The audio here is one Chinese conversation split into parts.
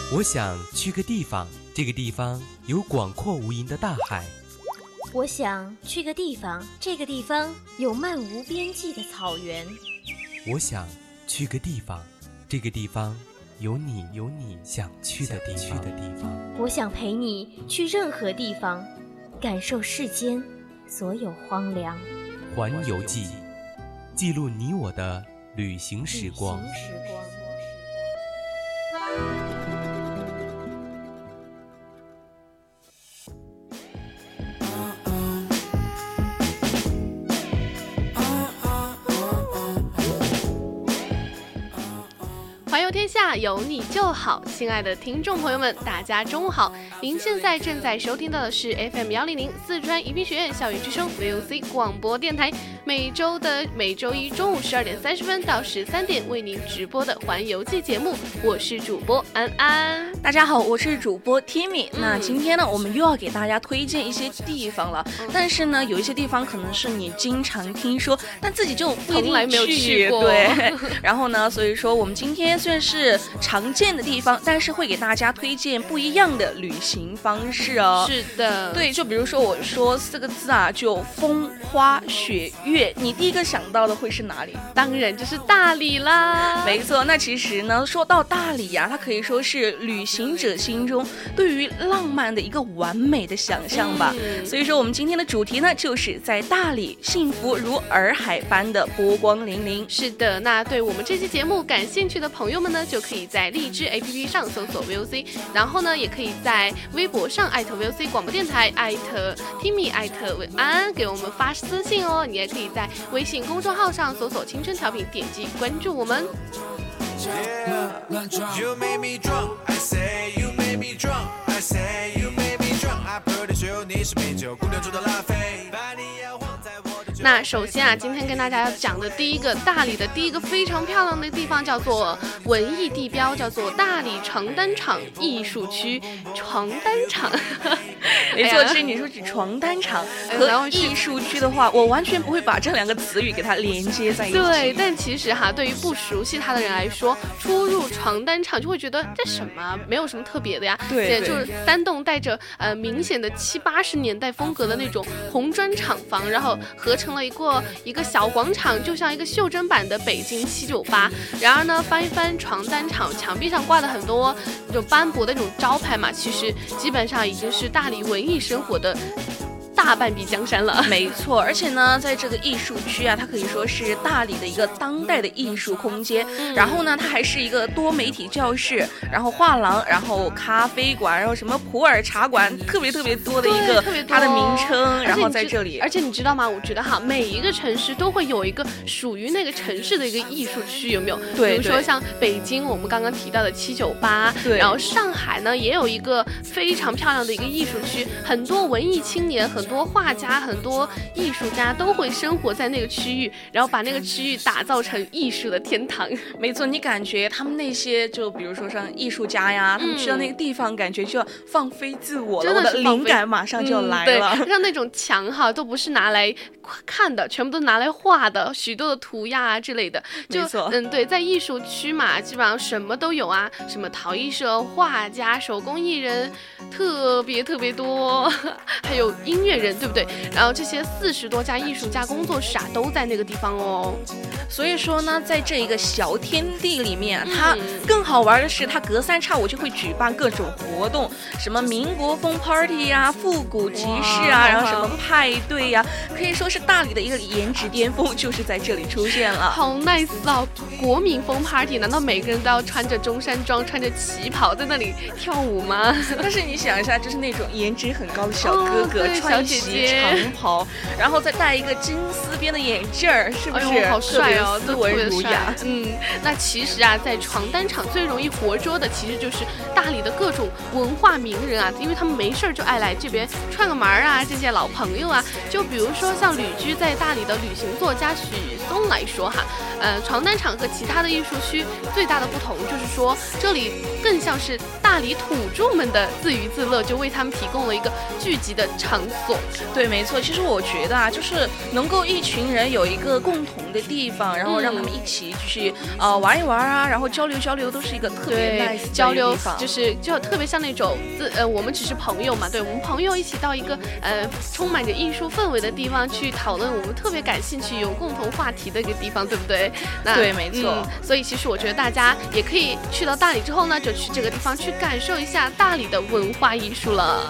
我想去个地方，这个地方有广阔无垠的大海。 我想去个地方，这个地方有漫无边际的草原。 我想去个地方，这个地方有你想去的地方。 我想陪你去任何地方，感受世间所有荒凉。 环游记，记录你我的旅行时光。 环游天下，有你就好。亲爱的听众朋友们，大家中午好！您现在正在收听到的是 FM100四川宜宾学院校园之声 VOC 广播电台，每周一中午12点30分到13点为您直播的环游记节目。我是主播安安。 大家好，我是主播 Timmy。那今天呢，我们又要给大家推荐一些地方了。但是呢，有一些地方可能是你经常听说，但自己就不一定从来没有去过。 对。然后呢，所以说我们今天虽然是常见的地方，但是会给大家推荐不一样的旅行方式哦。 是的， 对，就比如说我说4个字啊，就风花雪月，你第一个想到的会是哪里？ 当然就是大理啦。 没错，那其实呢，说到大理啊，它可以说是旅行者心中对于浪漫的一个完美的想象吧。所以说我们今天的主题呢，就是在大理，幸福如洱海般的波光粼粼。 是的，那对我们这期节目感兴趣的朋友们呢，就可以在荔枝 APP 上搜索 VOC， 然后呢，也可以在微博上@VOC 广播电台@Timmy安安给我们发私信哦。你也可以在微信公众号上搜索青春调频，点击关注我们。 You made me drunk, I say you made me drunk, I say you made me drunk. I put it show 你是美酒姑娘中的拉菲，把你摇晃在我的。 那首先啊，今天跟大家要讲的第一个大理的第一个非常漂亮的地方叫做文艺地标，叫做大理床单厂艺术区。床单厂， 没错，其实你说起床单厂和艺术区的话，我完全不会把这2个词语给它连接在一起。 对，但其实哈，对于不熟悉它的人来说，初入床单厂就会觉得这什么没有什么特别的呀。 对， 就是3栋带着明显的70、80年代风格的那种红砖厂房，然后合成了一个小广场，就像一个袖珍版的北京798。然而呢，翻一翻床单厂墙壁上挂的很多那种斑驳的那种招牌嘛，其实基本上已经是大理文艺生活的大半壁江山了。 没错，而且呢，在这个艺术区啊，它可以说是大理的一个当代的艺术空间。然后呢，它还是一个多媒体教室，然后画廊，然后咖啡馆，然后什么普洱茶馆，特别多的一个它的名称。然后在这里， 而且你知道吗？我觉得哈，每一个城市都会有一个属于那个城市的一个艺术区，有没有？ 对， 比如说像北京，我们刚刚提到的798， 对， 然后上海呢也有一个非常漂亮的一个艺术区，很多文艺青年，很多画家，很多艺术家都会生活在那个区域，然后把那个区域打造成艺术的天堂。 没错，你感觉他们那些就比如说像艺术家呀，他们去到那个地方，感觉就要放飞自我了，我的灵感马上就要来了。 对，像那种墙哈，都不是拿来看的，全部都拿来画的，许多的涂鸦啊之类的。 没错， 对，在艺术区嘛，基本上什么都有啊，什么陶艺社、画家、手工艺人，特别多，还有音乐人，对不对？然后这些40多家艺术家工作室啊，都在那个地方哦。 所以说呢，在这一个小天地里面，它更好玩的是，它隔3差5就会举办各种活动，什么民国风 party 啊、复古集市啊，然后什么派对呀，可以说是大理的一个颜值巅峰，就是在这里出现了。 好 nice 哦！国民风 party， 难道每个人都要穿着中山装、穿着旗袍在那里跳舞吗？ 但是你想一下，就是那种颜值很高的小哥哥，穿一袭长袍，然后再戴一个金丝边的眼镜儿，是不是？ 好帅哦， 斯文儒雅。 那其实啊，在床单厂最容易活捉的，其实就是大理的各种文化名人啊，因为他们没事就爱来这边串个门啊，这些老朋友啊，就比如说像旅居在大理的旅行作家许嵩来说哈，床单厂和其他的艺术区最大的不同就是说，这里更像是大理土著们的自娱自乐，就为他们提供了一个聚集的场所。 对，没错。其实我觉得啊，就是能够一群人有一个共同的地方方，然后让他们一起去玩一玩啊，然后交流交流，都是一个特别 nice 的交流地方， 就特别像那种我们只是朋友嘛，对，我们朋友一起到一个充满着艺术氛围的地方去讨论我们特别感兴趣有共同话题的一个地方，对不对？ 对，没错。 所以其实我觉得大家也可以去到大理之后呢，就去这个地方去感受一下大理的文化艺术了。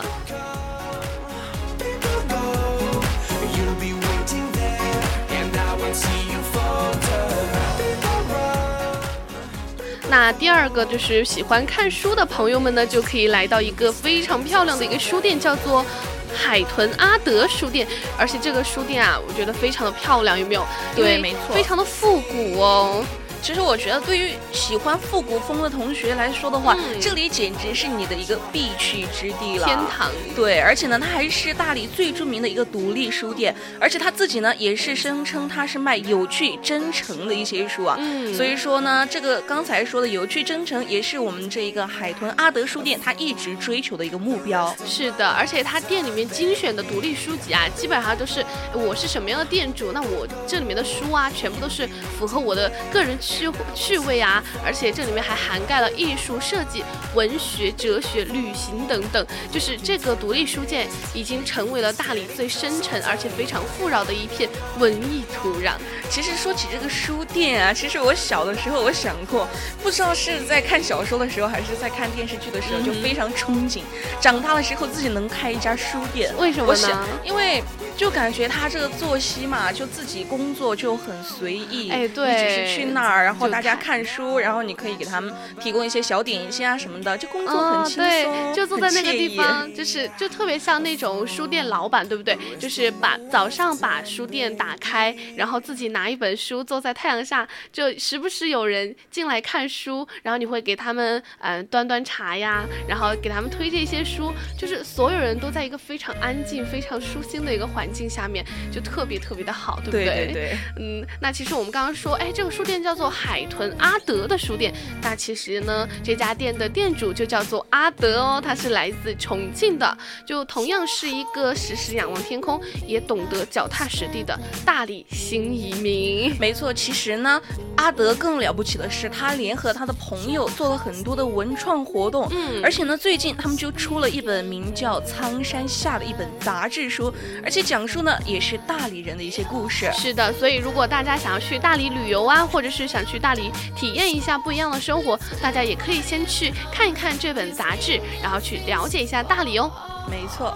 那第二个就是喜欢看书的朋友们呢，就可以来到一个非常漂亮的一个书店，叫做海豚阿德书店。而且这个书店啊，我觉得非常的漂亮，有没有？ 对，没错， 非常的复古哦。 其实我觉得对于喜欢复古风的同学来说的话，这里简直是你的一个必去之地了， 天堂。 对，而且呢，它还是大理最著名的一个独立书店，而且他自己呢也是声称他是卖有趣真诚的一些书啊。所以说呢，这个刚才说的有趣真诚，也是我们这一个海豚阿德书店他一直追求的一个目标。 是的，而且他店里面精选的独立书籍啊，基本上都是我是什么样的店主，那我这里面的书啊，全部都是符合我的个人趣味啊，而且这里面还涵盖了艺术设计、文学、哲学、旅行等等，就是这个独立书店已经成为了大理最深沉而且非常富饶的一片文艺土壤。 其实说起这个书店啊，其实我小的时候我想过，不知道是在看小说的时候还是在看电视剧的时候，就非常憧憬长大了之后自己能开一家书店。 为什么呢？ 因为就感觉他这个作息嘛，就自己工作就很随意， 哎，对， 你只是去那儿，然后大家看书，然后你可以给他们提供一些小点心啊什么的，就工作很轻松， 对，就坐在那个地方，就特别像那种书店老板，对不对？就是早上把书店打开，然后自己拿一本书坐在太阳下，就时不时有人进来看书，然后你会给他们端端茶呀，然后给他们推荐一些书，就是所有人都在一个非常安静、非常舒心的一个环境下面，就特别特别的好，对不对？ 对。 那其实我们刚刚说，这个书店叫做海豚阿德的书店，那其实呢，这家店的店主就叫做阿德哦，他是来自重庆的，就同样是一个时时仰望天空，也懂得脚踏实地的大理新移民。 没错，其实呢，阿德更了不起的是，他联合他的朋友做了很多的文创活动，而且呢，最近他们就出了一本名叫《苍山下》的一本杂志书，而且讲述呢也是大理人的一些故事。 是的，所以如果大家想要去大理旅游啊，或者是想去大理体验一下不一样的生活，大家也可以先去看一看这本杂志，然后去了解一下大理哦。 没错。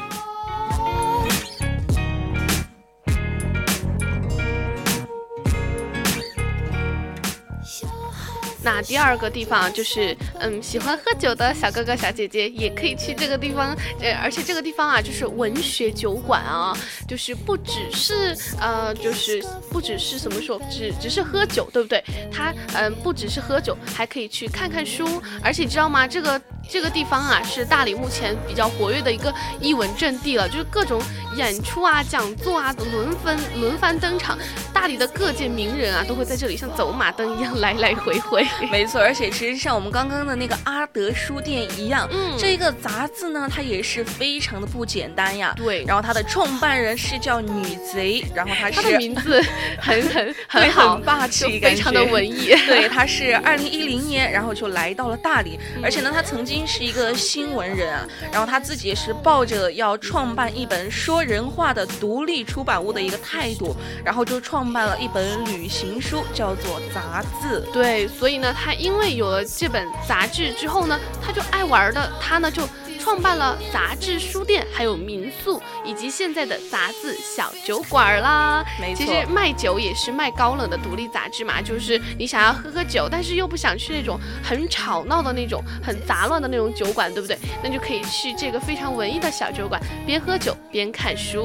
那第二个地方就是，喜欢喝酒的小哥哥小姐姐也可以去这个地方，而且这个地方啊，就是文学酒馆啊，就是不只是怎么说，只是喝酒，对不对？它不只是喝酒，还可以去看看书，而且你知道吗？这个地方啊，是大理目前比较活跃的一个艺文阵地了，就是各种演出啊、讲座啊轮番登场，大理的各界名人啊都会在这里像走马灯一样来来回回。 没错，而且其实像我们刚刚的那个阿德书店一样，这个杂志呢，它也是非常的不简单呀。 对， 然后它的创办人是叫女贼，然后她的名字很好， 很霸气， 非常的文艺。 对，她是2010年，然后就来到了大理，而且呢，她曾经是一个新闻人啊，然后她自己也是抱着要创办一本说人话的独立出版物的一个态度，然后就创办了一本旅行书，叫做《杂志》。 对，所以呢，他因为有了这本杂志之后呢，他就爱玩的，他呢就创办了杂志书店，还有民宿，以及现在的杂志小酒馆啦。 没错， 其实卖酒也是卖高冷的独立杂志嘛，就是你想要喝酒，但是又不想去那种很吵闹的那种、很杂乱的那种酒馆，对不对？那就可以去这个非常文艺的小酒馆，边喝酒边看书。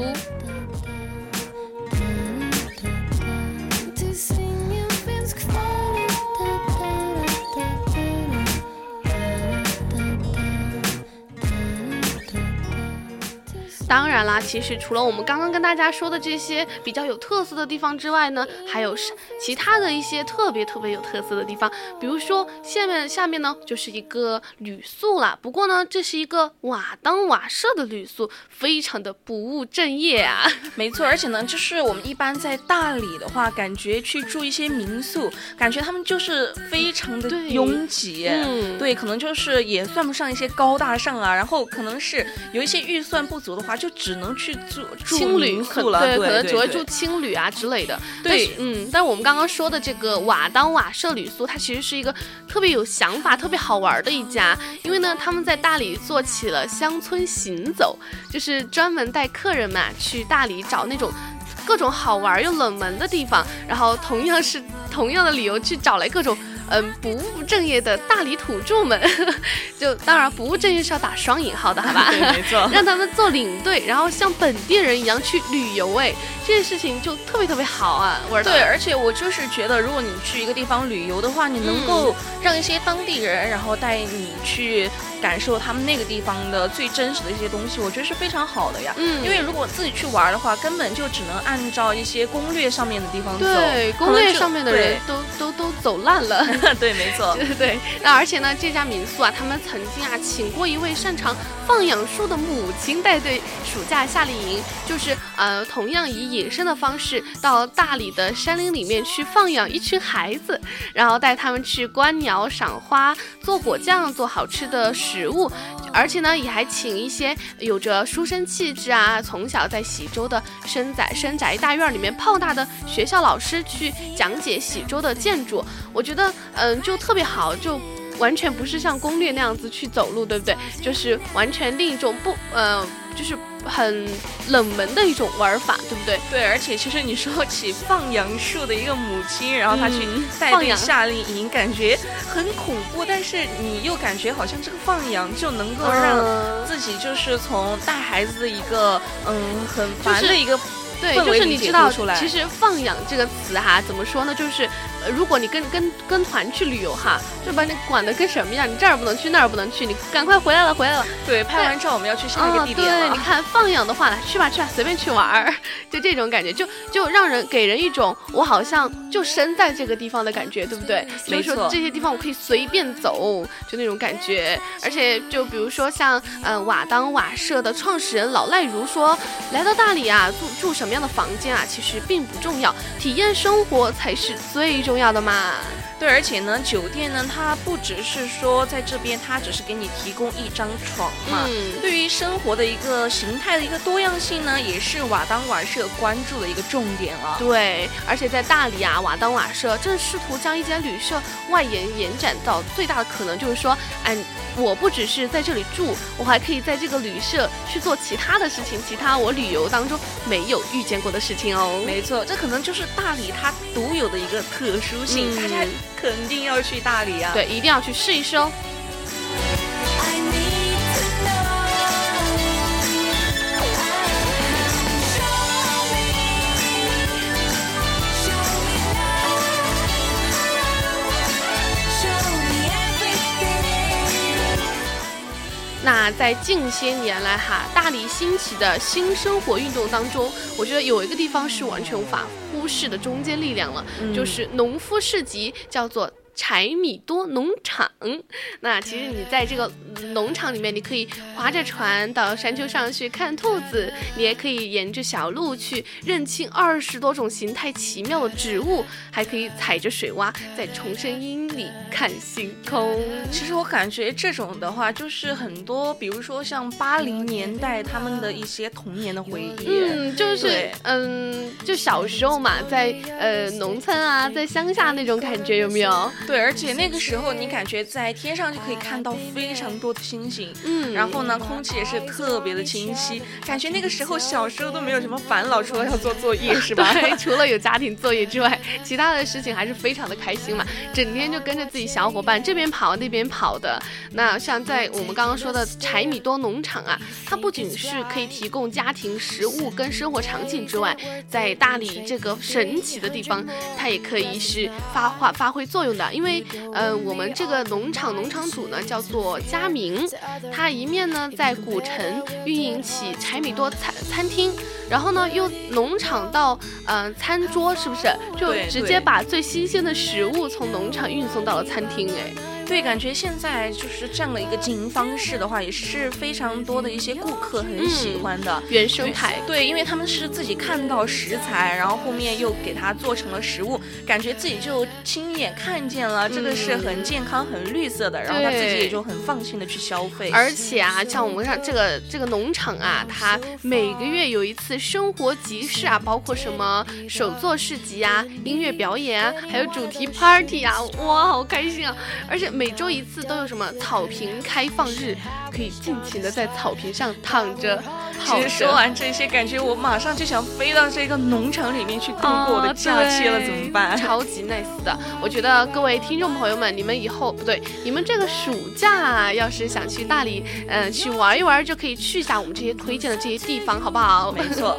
当然啦，其实除了我们刚刚跟大家说的这些比较有特色的地方之外呢，还有其他的一些特别有特色的地方，比如说下面呢就是一个旅宿啦。不过呢，这是一个瓦当瓦舍的旅宿，非常的不务正业啊。 没错，而且呢，就是我们一般在大理的话，感觉去住一些民宿，感觉他们就是非常的拥挤。对，可能就是也算不上一些高大上啊，然后可能是有一些预算不足的话，就只能去住民宿了。 对，可能只会住青旅啊之类的。 对， 但我们刚刚说的这个瓦当瓦舍旅宿，它其实是一个特别有想法、特别好玩的一家，因为呢，他们在大理做起了乡村行走，就是专门带客人们去大理找那种各种好玩又冷门的地方，然后同样的理由去找来各种不务正业的大理土著们，就当然不务正业是要打双引号的，好吧？ 对，没错。 让他们做领队，然后像本地人一样去旅游，这件事情就特别好啊！ 对，而且我就是觉得，如果你去一个地方旅游的话，你能够让一些当地人，然后带你去感受他们那个地方的最真实的一些东西，我觉得是非常好的呀。因为如果自己去玩的话，根本就只能按照一些攻略上面的地方走， 对，攻略上面的人都走烂了。 对，没错。 对，那而且呢，这家民宿啊，他们曾经啊请过一位擅长放养树的母亲带队暑假夏令营，就是同样以野生的方式到大理的山林里面去放养一群孩子，然后带他们去观鸟、赏花、做果酱、做好吃的食物，而且呢，也还请一些有着书生气质啊，从小在喜洲的深宅大院里面泡大的学校老师去讲解喜洲的建筑。我觉得就特别好，就完全不是像攻略那样子去走路，对不对？就是完全另一种就是很冷门的一种玩法，对不对？ 对，而且其实你说起放养树的一个母亲，然后她去带队夏令营，感觉很恐怖，但是你又感觉好像这个放养就能够让自己就是从带孩子的一个很烦的一个。 对，就是你知道，其实放养这个词哈，怎么说呢？就是如果你跟团去旅游哈，就把你管得跟什么样，你这儿不能去，那儿不能去，你赶快回来了。 对，拍完照我们要去下一个地点了。 对，你看放养的话，去吧，随便去玩，就这种感觉，就让给人一种我好像就身在这个地方的感觉，对不对？就是说这些地方我可以随便走，就那种感觉。而且就比如说像瓦当瓦舍的创始人老赖如说，来到大理啊，住什么样的房间啊，其实并不重要，体验生活才是最重要的嘛。 对，而且呢，酒店呢，它不只是说在这边，它只是给你提供一张床嘛。对于生活的一个形态的一个多样性呢，也是瓦当瓦舍关注的一个重点了。 对，而且在大理啊，瓦当瓦舍正试图将一间旅社外延展到最大的可能，就是说，我不只是在这里住，我还可以在这个旅社去做其他的事情，其他我旅游当中没有遇见过的事情哦。 没错，这可能就是大理它独有的一个特殊性，大家肯定要去大理啊！ 对，一定要去试一试哦。那在近些年来哈，大理兴起的新生活运动当中，我觉得有一个地方是完全无法忽视的中坚力量了，就是农夫市集，叫做柴米多农场。那其实你在这个农场里面，你可以划着船到山丘上去看兔子，你也可以沿着小路去认清20多种形态奇妙的植物，还可以踩着水洼在重生阴里看星空。 其实我感觉这种的话，就是很多比如说像80年代他们的一些童年的回忆。 就是就小时候嘛，在农村啊，在乡下那种感觉，有没有？ 对，而且那个时候你感觉在天上就可以看到非常多的星星，然后呢，空气也是特别的清晰，感觉那个时候小时候都没有什么烦恼，除了要做作业是吧？ 对，除了有家庭作业之外，其他的事情还是非常的开心嘛，整天就跟着自己小伙伴这边跑那边跑的。那像在我们刚刚说的柴米多农场啊，它不仅是可以提供家庭食物跟生活场景之外，在大理这个神奇的地方，它也可以是发挥作用的。 因为我们这个农场主呢叫做佳明，他一面呢在古城运营起柴米多餐厅，然后呢又农场到餐桌，是不是就直接把最新鲜的食物从农场运送到了餐厅？哎， 对，感觉现在就是这样的一个经营方式的话，也是非常多的一些顾客很喜欢的原生态。 对，因为他们是自己看到食材，然后后面又给它做成了食物，感觉自己就亲眼看见了，这个是很健康、很绿色的，然后他自己也就很放心的去消费。 而且啊，像我们看这个农场啊，它每个月有一次生活集市啊，包括什么手作市集啊、音乐表演啊，还有主题 party 啊，哇，好开心啊！而且每周一次都有什么草坪开放日，可以尽情的在草坪上躺着。 其实说完这些，感觉我马上就想飞到这个农场里面去度过我的假期了，怎么办？ 超级 nice 的。我觉得各位听众朋友们，你们以后不对，你们这个暑假要是想去大理，去玩一玩，就可以去一下我们这些推荐的这些地方，好不好？ 没错。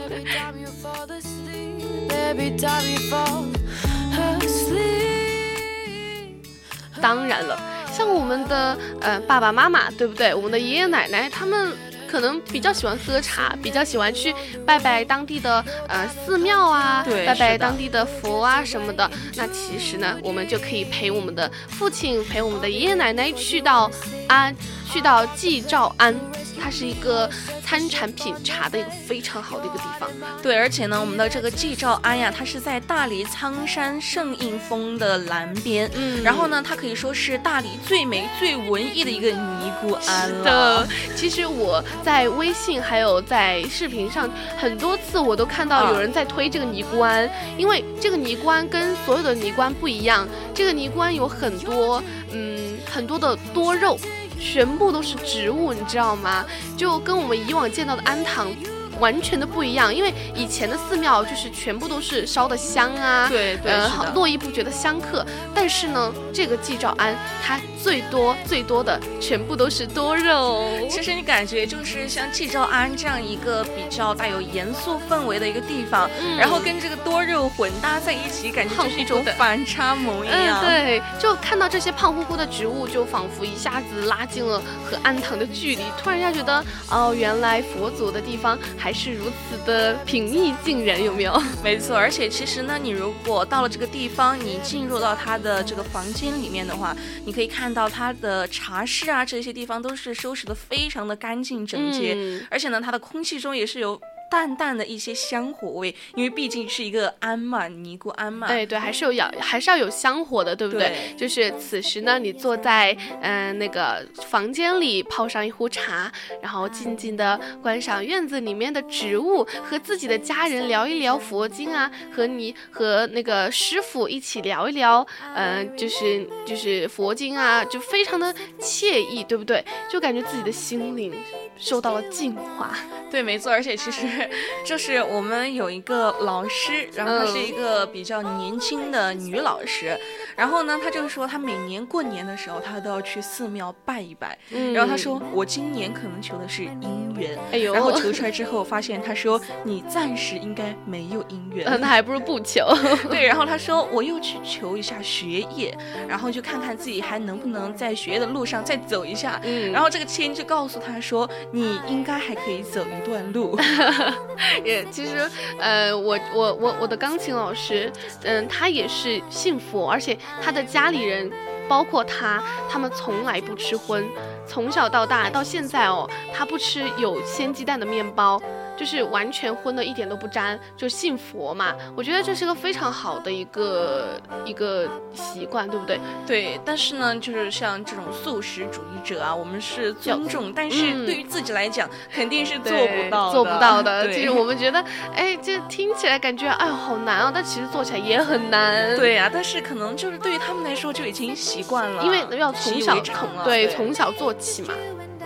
当然了，像我们的爸爸妈妈，对不对？我们的爷爷奶奶他们可能比较喜欢喝茶，比较喜欢去拜拜当地的寺庙啊，拜拜当地的佛啊什么的。那其实呢，我们就可以陪我们的父亲，陪我们的爷爷奶奶去到季兆庵，它是一个参禅品茶的一个非常好的一个地方。 对，而且呢，我们的这个季兆庵呀，它是在大理苍山圣印峰的南边，然后呢，它可以说是大理最美最文艺的一个尼姑庵了。 其实我在微信还有在视频上很多次我都看到有人在推这个尼姑庵，因为这个尼姑庵跟所有的尼姑庵不一样，这个尼姑庵有很多的多肉，全部都是植物，你知道吗？就跟我们以往见到的庵堂完全的不一样，因为以前的寺庙就是全部都是烧的香啊， 对， 络绎不绝的香客。但是呢，这个季兆庵它最多的全部都是多肉。 其实你感觉就是像季兆庵这样一个比较带有严肃氛围的一个地方，然后跟这个多肉混搭在一起，感觉就是一种反差萌一样。 对，就看到这些胖乎乎的植物，就仿佛一下子拉近了和庵堂的距离。突然一下觉得，哦，原来佛祖的地方还是如此的平易近人，有没有？ 没错，而且其实呢，你如果到了这个地方，你进入到他的这个房间里面的话，你可以看到他的茶室啊，这些地方都是收拾的非常的干净整洁，而且呢，它的空气中也是有淡淡的一些香火味，因为毕竟是一个庵嘛，尼姑庵嘛。 对，还是要有香火的，对不对？就是此时呢，你坐在那个房间里，泡上一壶茶，然后静静的观赏院子里面的植物，和自己的家人聊一聊佛经啊，和那个师傅一起聊一聊，就是佛经啊，就非常的惬意，对不对？就感觉自己的心灵受到了净化。 对，没错，而且其实就是我们有一个老师，然后她是一个比较年轻的女老师，然后呢，她就说她每年过年的时候，她都要去寺庙拜一拜，然后她说我今年可能求的是姻缘，然后求出来之后发现她说你暂时应该没有姻缘， 那还不如不求。 对，然后她说我又去求一下学业，然后就看看自己还能不能在学业的路上再走一下，然后这个签就告诉她说你应该还可以走一段路。 其实我的钢琴老师他也是信佛，而且他的家里人包括他们从来不吃荤，从小到大到现在他不吃有鲜鸡蛋的面包，就是完全荤的一点都不沾，就信佛嘛。我觉得这是个非常好的一个习惯，对不对？ 对，但是呢，就是像这种素食主义者啊，我们是尊重，但是对于自己来讲，肯定是做不到的。 其实我们觉得，这听起来感觉好难啊，但其实做起来也很难。 对啊，但是可能就是对于他们来说就已经习惯了， 因为要从小做起嘛。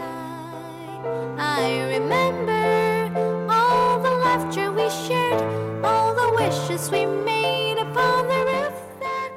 I remember all the laughter we shared, all the wishes we made upon the roof.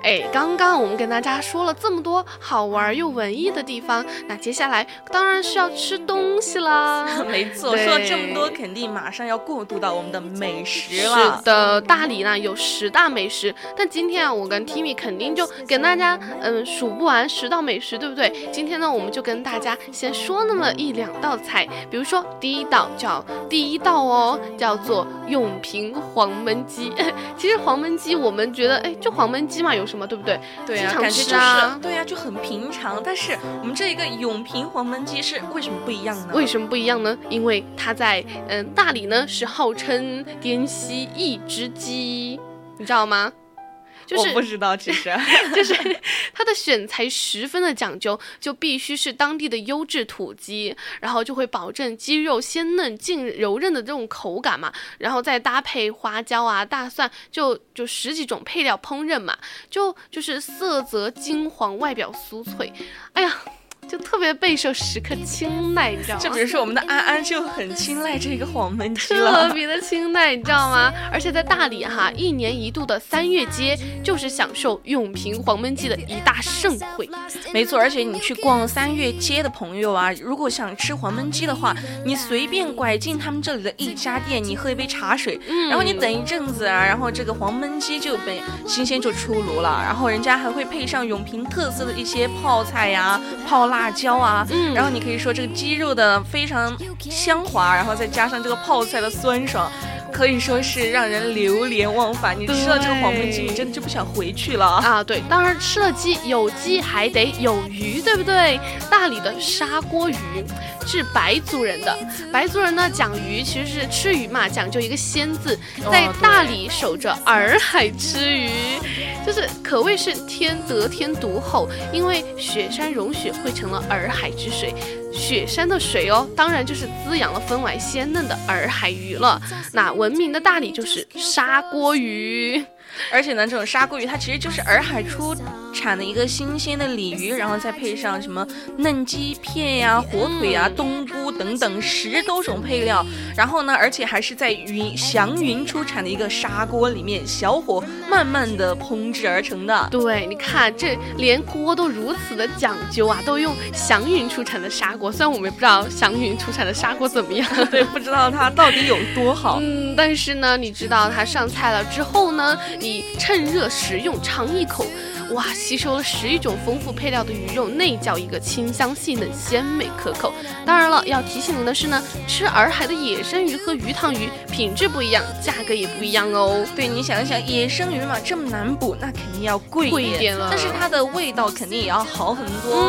刚刚我们跟大家说了这么多好玩又文艺的地方，那接下来当然是要吃东西啦。 没错，说了这么多，肯定马上要过渡到我们的美食了。 是的，大理呢有10大美食，但今天啊，我跟 Timmy 肯定就跟大家数不完10道美食，对不对？今天呢，我们就跟大家先说那么1、2道菜，比如说第一道叫做永平黄焖鸡。其实黄焖鸡我们觉得就黄焖鸡嘛，有什么对不对？ 对啊，感觉就是对啊，就很平常。但是我们这一个永平黄焖鸡是为什么不一样呢？ 为什么不一样呢？因为它在大理呢是号称滇西一只鸡，你知道吗？就是我不知道，其实就是它的选材十分的讲究，就必须是当地的优质土鸡，然后就会保证鸡肉鲜嫩、劲柔韧的这种口感嘛，然后再搭配花椒啊、大蒜，就10几种配料烹饪嘛，就是色泽金黄，外表酥脆，哎呀。就特别备受食客青睐，你知道吗？ 就比如说我们的安安就很青睐这个黄焖鸡了， 特别的青睐，你知道吗？而且在大理哈，1年1度的3月街就是享受永平黄焖鸡的一大盛会。 没错，而且你去逛3月街的朋友啊，如果想吃黄焖鸡的话，你随便拐进他们这里的一家店，你喝一杯茶水，然后你等一阵子啊，然后这个黄焖鸡就被新鲜就出炉了，然后人家还会配上永平特色的一些泡菜呀、泡辣椒啊，然后你可以说这个鸡肉的非常香滑，然后再加上这个泡菜的酸爽，可以说是让人流连忘返。你吃了这个黄焖鸡，你真的就不想回去了啊！对，当然吃了鸡，有鸡还得有鱼，对不对？大理的砂锅鱼是白族人的，白族人呢讲鱼其实是吃鱼嘛，讲究一个鲜字，在大理守着洱海吃鱼，就是可谓是得天独厚，因为雪山融雪汇成了洱海之水。雪山的水当然就是滋养了分外鲜嫩的洱海鱼了。那闻名的大理就是砂锅鱼。 而且呢，这种砂锅鱼它其实就是洱海出产的一个新鲜的鲤鱼，然后再配上什么嫩鸡片呀、火腿啊、冬菇等等10多种配料，然后呢，而且还是在祥云出产的一个砂锅里面小火慢慢的烹制而成的。 对，你看这连锅都如此的讲究啊，都用祥云出产的砂锅，虽然我们也不知道祥云出产的砂锅怎么样， 对，不知道它到底有多好。 但是呢，你知道它上菜了之后呢，你趁热食用，尝一口，哇，吸收了11种丰富配料的鱼肉，内叫一个清香细嫩、鲜美可口。当然了，要提醒您的是呢，吃洱海的野生鱼和鱼塘鱼品质不一样，价格也不一样哦。 对，你想一想，野生鱼嘛，这么难捕，那肯定要贵一点了，但是它的味道肯定也要好很多。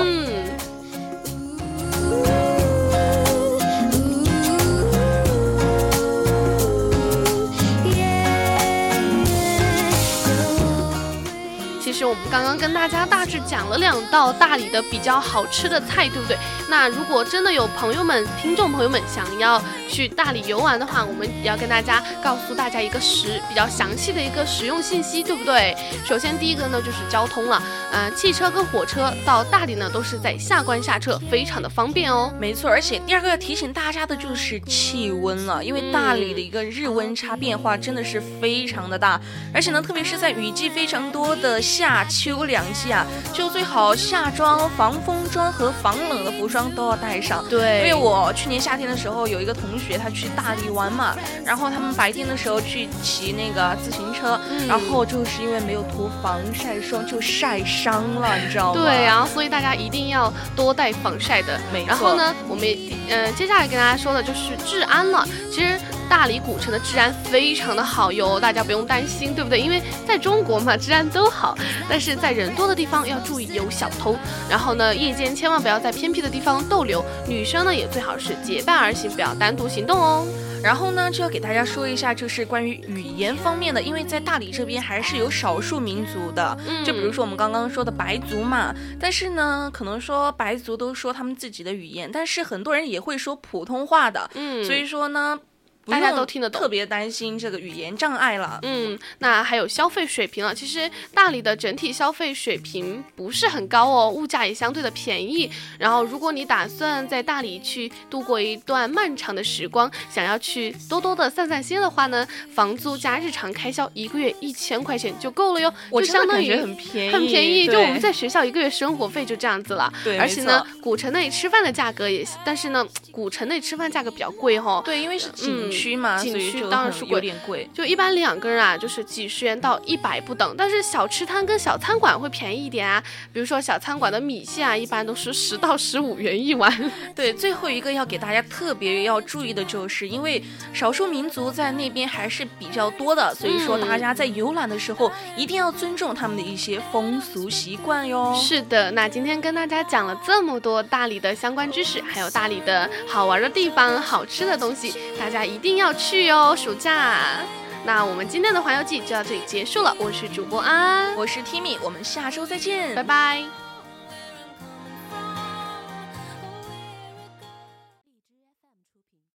其实我们刚刚跟大家大致讲了2道大理的比较好吃的菜，对不对？那如果真的有听众朋友们想要去大理游玩的话，我们也要跟大家告诉大家一个比较详细的一个使用信息，对不对？首先第一个呢就是交通了，汽车跟火车到大理呢都是在下关下车，非常的方便哦。 没错，而且第二个要提醒大家的就是气温了，因为大理的一个日温差变化真的是非常的大，而且呢，特别是在雨季非常多的夏秋2季啊，就最好夏装、防风装和防冷的服装都要带上。 对， 因为我去年夏天的时候有一个同学他去大理玩嘛，然后他们白天的时候去骑那个自行车，然后就是因为没有涂防晒霜就晒伤了，你知道吗？ 对，然后所以大家一定要多带防晒的。 没错。 然后呢，我们接下来跟大家说的就是治安了。其实大理古城的治安非常的好哟，大家不用担心，对不对？因为在中国嘛，治安都好，但是在人多的地方要注意有小偷。然后呢，夜间千万不要在偏僻的地方逗留，女生呢也最好是结伴而行，不要单独行动哦。 然后呢，就要给大家说一下，就是关于语言方面的，因为在大理这边还是有少数民族的，就比如说我们刚刚说的白族嘛，但是呢，可能说白族都说他们自己的语言，但是很多人也会说普通话的，所以说呢， 大家都听得懂， 特别担心这个语言障碍了。 那还有消费水平了，其实大理的整体消费水平不是很高哦，物价也相对的便宜。然后如果你打算在大理去度过一段漫长的时光，想要去多多的散散心的话呢，房租加日常开销1个月1000块钱就够了哟， 我就相当于很便宜， 就我们在学校1个月生活费就这样子了。 对， 而且呢，古城内吃饭的价格也，但是呢，古城内吃饭价格比较贵哦。 对，因为是景区嘛， 景区所以就当然是有点贵。 就一般2个人啊，就是几十元到100不等。但是小吃摊跟小餐馆会便宜一点啊，比如说小餐馆的米线啊，一般都是10到15元一碗。 对，最后一个要给大家特别要注意的就是，因为少数民族在那边还是比较多的，所以说大家在游览的时候一定要尊重他们的一些风俗习惯哟。 是的，那今天跟大家讲了这么多大理的相关知识，还有大理的好玩的地方、好吃的东西，大家一定要去哟！暑假，那我们今天的环游记就到这里结束了。我是主播安， 我是 Timmy，我们下周再见， 拜拜。